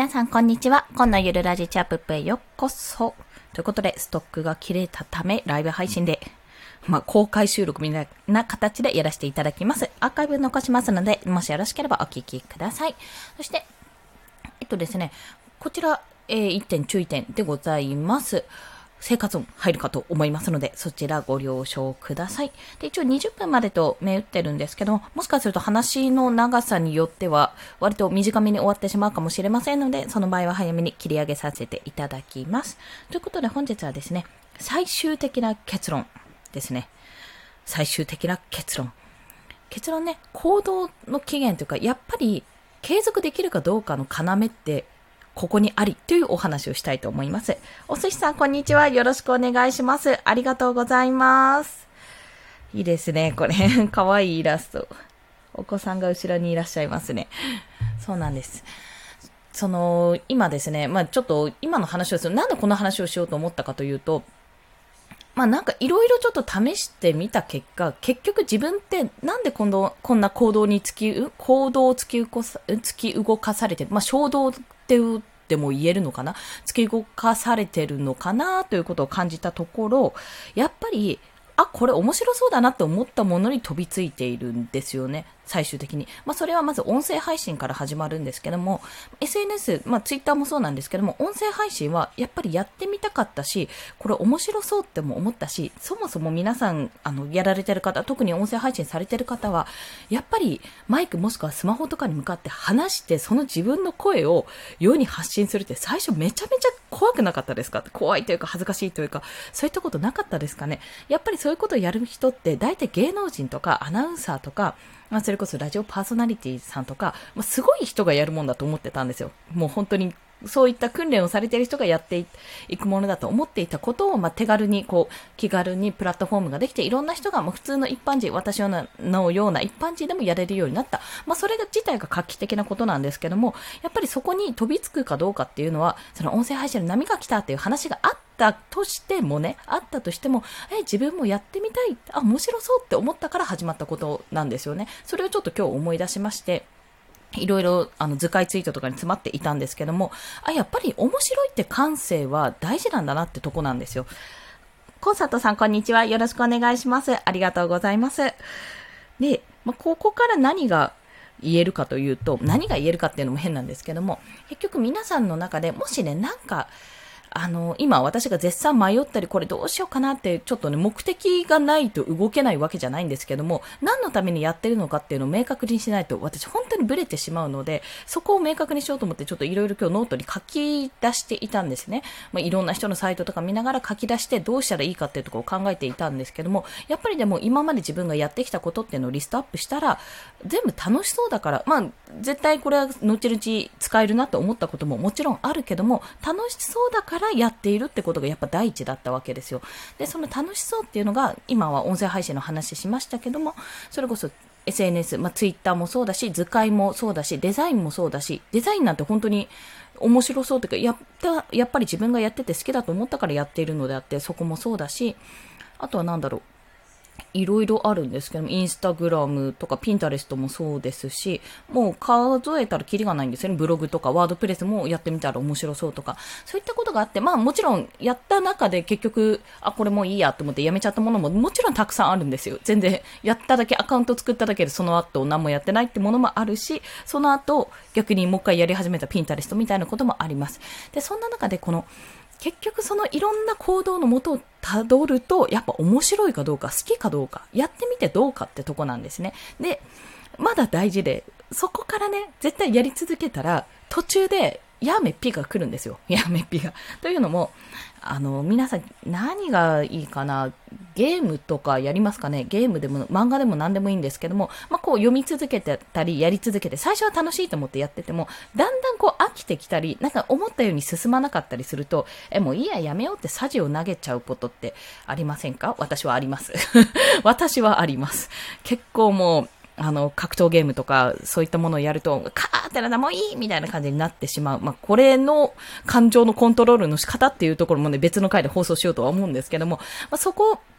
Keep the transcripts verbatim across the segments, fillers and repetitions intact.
皆さんこんにちは。今のゆるラジチャップップへようこそ。ということで、ストックが切れたため、ライブ配信で、まあ、公開収録みたいな形でやらせていただきます。アーカイブ残しますので、もしよろしければお聞きください。そして、えっとですね、こちら、えー、いってん注意点でございます。生活音入るかと思いますので、そちらご了承ください。で、一応にじゅっぷんまでと銘打ってるんですけども、もしかすると話の長さによっては、割と短めに終わってしまうかもしれませんので、その場合は早めに切り上げさせていただきます。ということで本日はですね、最終的な結論ですね。最終的な結論。結論ね、行動の起源というか、やっぱり継続できるかどうかの要って、ここにありというお話をしたいと思います。お寿司さんこんにちは。よろしくお願いします。ありがとうございます。いいですね。これかわいいイラスト。お子さんが後ろにいらっしゃいますね。そうなんです。その今ですね、まあちょっと今の話をする。なんでこの話をしようと思ったかというと、まあなんかいろいろちょっと試してみた結果、結局自分ってなんで今度こんな行動に突き行動を突き動かさ、突き動かされて、まあ衝動っていうでも言えるのかな、突き動かされてるのかなということを感じたところ、やっぱりあ、これ面白そうだなって思ったものに飛びついているんですよね。最終的に。まあそれはまず音声配信から始まるんですけども、エスエヌエス、まあツイッターもそうなんですけども、音声配信はやっぱりやってみたかったし、これ面白そうっても思ったし、そもそも皆さん、あの、やられてる方、特に音声配信されてる方は、やっぱりマイクもしくはスマホとかに向かって話して、その自分の声を世に発信するって最初めちゃめちゃ怖くなかったですか？怖いというか恥ずかしいというか、そういったことなかったですかね？やっぱりそういうことをやる人って大体芸能人とかアナウンサーとか、まあ、それこそラジオパーソナリティさんとか、まあ、すごい人がやるもんだと思ってたんですよ。もう本当にそういった訓練をされている人がやっていくものだと思っていたことを、まあ、手軽にこう気軽にプラットフォームができて、いろんな人がもう普通の一般人、私のような一般人でもやれるようになった。まあ、それが自体が画期的なことなんですけども、やっぱりそこに飛びつくかどうかっていうのは、その音声配信の波が来たっていう話があったとしてもね、あったとしても、え、自分もやってみたい、あ、面白そうって思ったから始まったことなんですよね。それをちょっと今日思い出しまして、いろいろあの図解ツイートとかに詰まっていたんですけども、あ、やっぱり面白いって感性は大事なんだなってとこなんですよ。コンサートさんこんにちは。よろしくお願いします。ありがとうございます。で、まあ、ここから何が言えるかというと、何が言えるかっていうのも変なんですけども、結局皆さんの中でもしね、なんかあの、今私が絶賛迷ったり、これどうしようかなって、ちょっとね、目的がないと動けないわけじゃないんですけども、何のためにやってるのかっていうのを明確にしないと、私本当にブレてしまうので、そこを明確にしようと思って、ちょっといろいろ今日ノートに書き出していたんですね。まあ、いろんな人のサイトとか見ながら書き出して、どうしたらいいかっていうところを考えていたんですけども、やっぱりでも今まで自分がやってきたことっていうのをリストアップしたら、全部楽しそうだから、まあ、絶対これは後々使えるなと思ったことももちろんあるけども、楽しそうだからやっているってことがやっぱ第一だったわけですよ。で、その楽しそうっていうのが、今は音声配信の話しましたけども、それこそ エスエヌエス、まあ、ツイッターもそうだし、図解もそうだし、デザインもそうだし、デザインなんて本当に面白そうというか、やった、やっぱり自分がやってて好きだと思ったからやっているのであって、そこもそうだし、あとはなんだろう、いろいろあるんですけども、インスタグラムとかピンタレストもそうですし、もう数えたらキリがないんですよね。ブログとかワードプレスもやってみたら面白そうとか、そういったことがあって、まあもちろんやった中で結局、あ、これもういいやと思ってやめちゃったものももちろんたくさんあるんですよ。全然やっただけ、アカウント作っただけでその後何もやってないってものもあるし、その後逆にもう一回やり始めたピンタレストみたいなこともあります。で、そんな中でこの、結局そのいろんな行動のもとをたどると、やっぱ面白いかどうか、好きかどうか、やってみてどうかってとこなんですね。で、まだ大事で、そこからね、絶対やり続けたら、途中で、やめっぴが来るんですよ。やめっぴが。というのも、あの、皆さん何がいいかな、ゲームとかやりますかね？ゲームでも漫画でも何でもいいんですけども、まあ、こう読み続けてたり、やり続けて、最初は楽しいと思ってやってても、だんだんこう飽きてきたり、なんか思ったように進まなかったりすると、え、もういいや、やめようってサジを投げちゃうことってありませんか？私はあります。私はあります。結構もう、あの、格闘ゲームとか、そういったものをやると、カーってな、もういいみたいな感じになってしまう。まあ、これの感情のコントロールの仕方っていうところもね、別の回で放送しようとは思うんですけども、まあ、そこ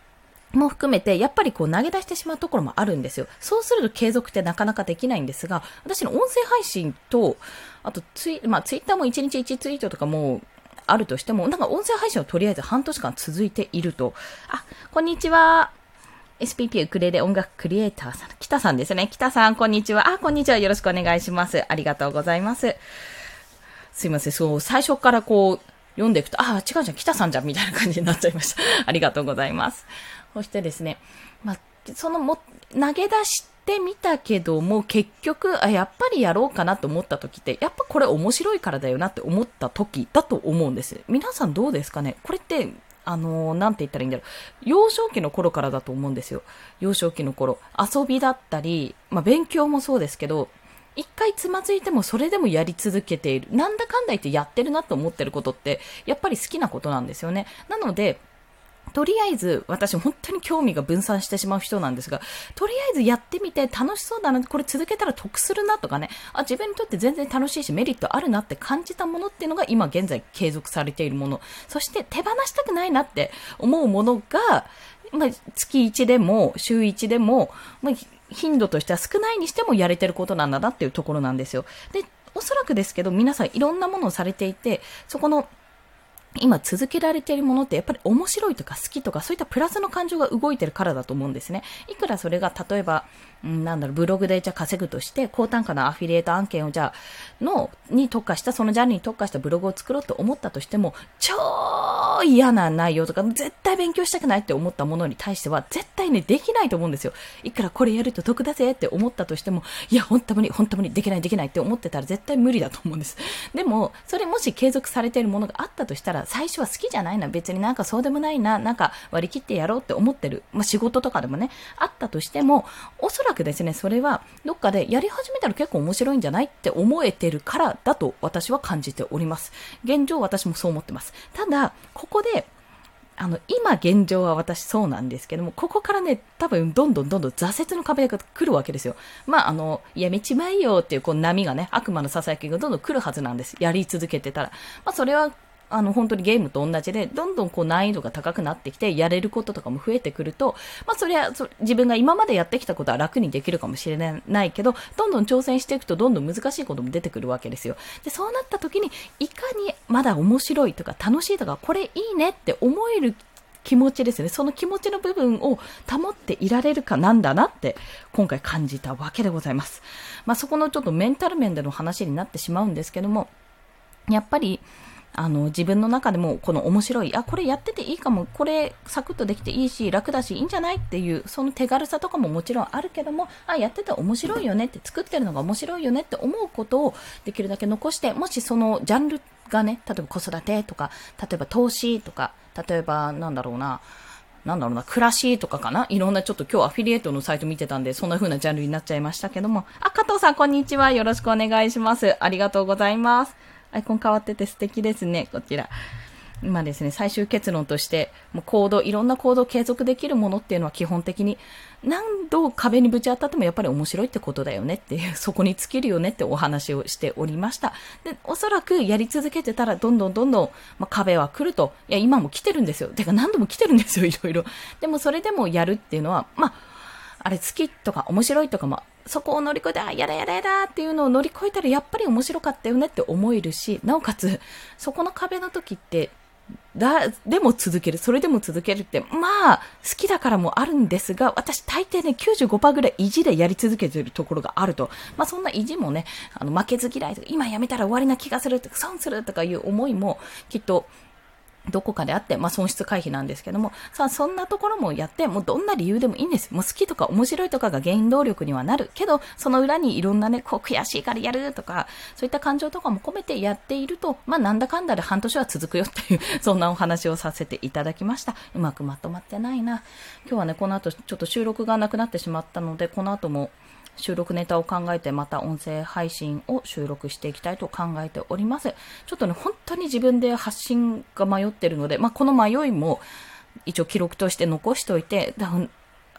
も含めて、やっぱりこう投げ出してしまうところもあるんですよ。そうすると継続ってなかなかできないんですが、私の音声配信と、あとツイ、まあツイッターもいちにちいちツイートとかもあるとしても、なんか音声配信はとりあえず半年間続いていると。あ、こんにちは。エスピーピー ウクレレ音楽クリエイターさん、北さんですね。北さん、こんにちは。あ、こんにちは。よろしくお願いします。ありがとうございます。すいません。そう、最初からこう、読んでいくと、ああ、違うじゃん、北さんじゃん、みたいな感じになっちゃいました。ありがとうございます。そしてですね、まあ、そのも、投げ出してみたけども、結局、あ、やっぱりやろうかなと思った時って、やっぱこれ面白いからだよなって思った時だと思うんです。皆さんどうですかね？これって、あのー、なんて言ったらいいんだろう。幼少期の頃からだと思うんですよ。幼少期の頃。遊びだったり、まあ、勉強もそうですけど、一回つまずいてもそれでもやり続けている。なんだかんだ言ってやってるなと思ってることって、やっぱり好きなことなんですよね。なので、とりあえず、私本当に興味が分散してしまう人なんですが、とりあえずやってみて楽しそうだな、これ続けたら得するなとかね、あ、自分にとって全然楽しいしメリットあるなって感じたものっていうのが今現在継続されているもの。そして手放したくないなって思うものが、まあ、月いちでも週いちでも、まあ、頻度としては少ないにしてもやれてることなんだなっていうところなんですよ。で、おそらくですけど皆さんいろんなものをされていて、そこの今続けられているものってやっぱり面白いとか好きとかそういったプラスの感情が動いてるからだと思うんですね。いくらそれが例えば、うん、なんだろう、ブログでじゃあ稼ぐとして高単価なアフィリエイト案件をじゃあのに特化したそのジャンルに特化したブログを作ろうと思ったとしても超嫌な内容とか絶対勉強したくないって思ったものに対しては絶対ねできないと思うんですよ。いくらこれやると得だぜって思ったとしてもいや本当に本当にできないできないって思ってたら絶対無理だと思うんです。でもそれもし継続されているものがあったとしたら最初は好きじゃないな、別になんかそうでもないな、なんか割り切ってやろうって思ってる、まあ、仕事とかでもねあったとしてもおそらくですねそれはどっかでやり始めたら結構面白いんじゃないって思えてるからだと私は感じております。現状私もそう思ってます。ただここであの今現状は私そうなんですけども、ここからね多分どんどんどんどん挫折の壁が来るわけですよ。まああのやめちまいよっていうこう波がね悪魔のささやきがどんどん来るはずなんです。やり続けてたら、まあそれはあの本当にゲームと同じでどんどんこう難易度が高くなってきてやれることとかも増えてくると、まあそれはそ自分が今までやってきたことは楽にできるかもしれないけど、どんどん挑戦していくとどんどん難しいことも出てくるわけですよ。でそうなった時にいかにまだ面白いとか楽しいとかこれいいねって思える気持ちですね。その気持ちの部分を保っていられるかなんだなって今回感じたわけでございます。まあそこのちょっとメンタル面での話になってしまうんですけども、やっぱりあの自分の中でもこの面白い、あ、これやってていいかも、これサクッとできていいし楽だしいいんじゃないっていうその手軽さとかももちろんあるけども、あ、やってて面白いよねって、作ってるのが面白いよねって思うことをできるだけ残して、もしそのジャンルがね、例えば子育てとか、例えば投資とか、例えばなんだろうななんだろうな、暮らしとかかな、いろんなちょっと今日アフィリエイトのサイト見てたんで、そんな風なジャンルになっちゃいましたけども、あ、加藤さんこんにちは。よろしくお願いします。ありがとうございます。アイコン変わってて素敵ですね、こちら。今ですね、最終結論として、もう行動、いろんな行動を継続できるものっていうのは基本的に何度壁にぶち当たってもやっぱり面白いってことだよねっていう、そこに尽きるよねってお話をしておりました。で、おそらくやり続けてたらどんどんどんどん、まあ、壁は来ると。いや、今も来てるんですよ。てか何度も来てるんですよ、いろいろ。でもそれでもやるっていうのは、まあ、あれ好きとか面白いとかも、そこを乗り越えて、あ、やだやだやだっていうのを乗り越えたらやっぱり面白かったよねって思えるし、なおかつ、そこの壁の時って、だ、でも続ける、それでも続けるって、まあ、好きだからもあるんですが、私大抵ね、きゅうじゅうごパーセント ぐらい意地でやり続けているところがあると。まあそんな意地もね、あの、負けず嫌いとか、今やめたら終わりな気がするとか、損するとかいう思いも、きっと、どこかであって、まあ損失回避なんですけども、さあそんなところもやって、もうどんな理由でもいいんです。もう好きとか面白いとかが原動力にはなるけど、その裏にいろんなね、こう悔しいからやるとか、そういった感情とかも込めてやっていると、まあなんだかんだで半年は続くよっていう、そんなお話をさせていただきました。うまくまとまってないな。今日はね、この後ちょっと収録がなくなってしまったので、この後も収録ネタを考えてまた音声配信を収録していきたいと考えております。ちょっとね、本当に自分で発信が迷ってるので、まあ、この迷いも一応記録として残しておいて、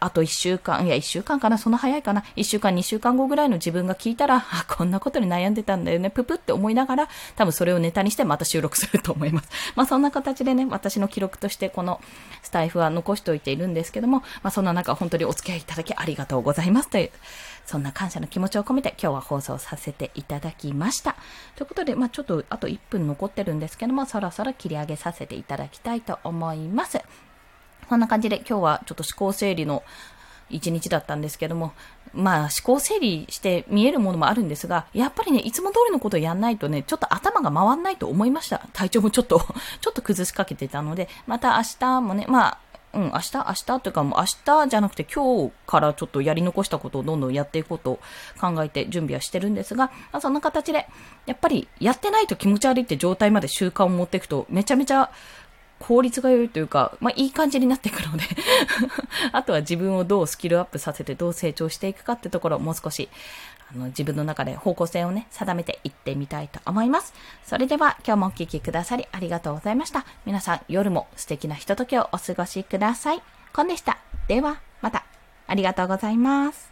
あといっしゅうかん、いやいっしゅうかんかな、そんな早いかな、いっしゅうかん、にしゅうかんごぐらいの自分が聞いたら、あ、こんなことに悩んでたんだよね、ぷぷって思いながら、多分それをネタにしてまた収録すると思います。まあそんな形でね、私の記録としてこのスタイフは残しておいているんですけども、まあそんな中本当にお付き合いいただきありがとうございますという、そんな感謝の気持ちを込めて今日は放送させていただきました。ということで、まあちょっとあといっぷん残ってるんですけども、そろそろ切り上げさせていただきたいと思います。こんな感じで今日はちょっと思考整理の一日だったんですけども、まあ思考整理して見えるものもあるんですが、やっぱりね、いつも通りのことをやんないとね、ちょっと頭が回んないと思いました。体調もちょっと、ちょっと崩しかけてたので、また明日もね、まあ、うん、明日、明日というかもう明日じゃなくて今日からちょっとやり残したことをどんどんやっていこうと考えて準備はしてるんですが、まあ、そんな形で、やっぱりやってないと気持ち悪いって状態まで習慣を持っていくとめちゃめちゃ効率が良いというか、まあいい感じになっていくのであとは自分をどうスキルアップさせてどう成長していくかってところをもう少しあの自分の中で方向性をね定めていってみたいと思います。それでは今日もお聞きくださりありがとうございました。皆さん夜も素敵なひとときをお過ごしください。コンでした。ではまた。ありがとうございます。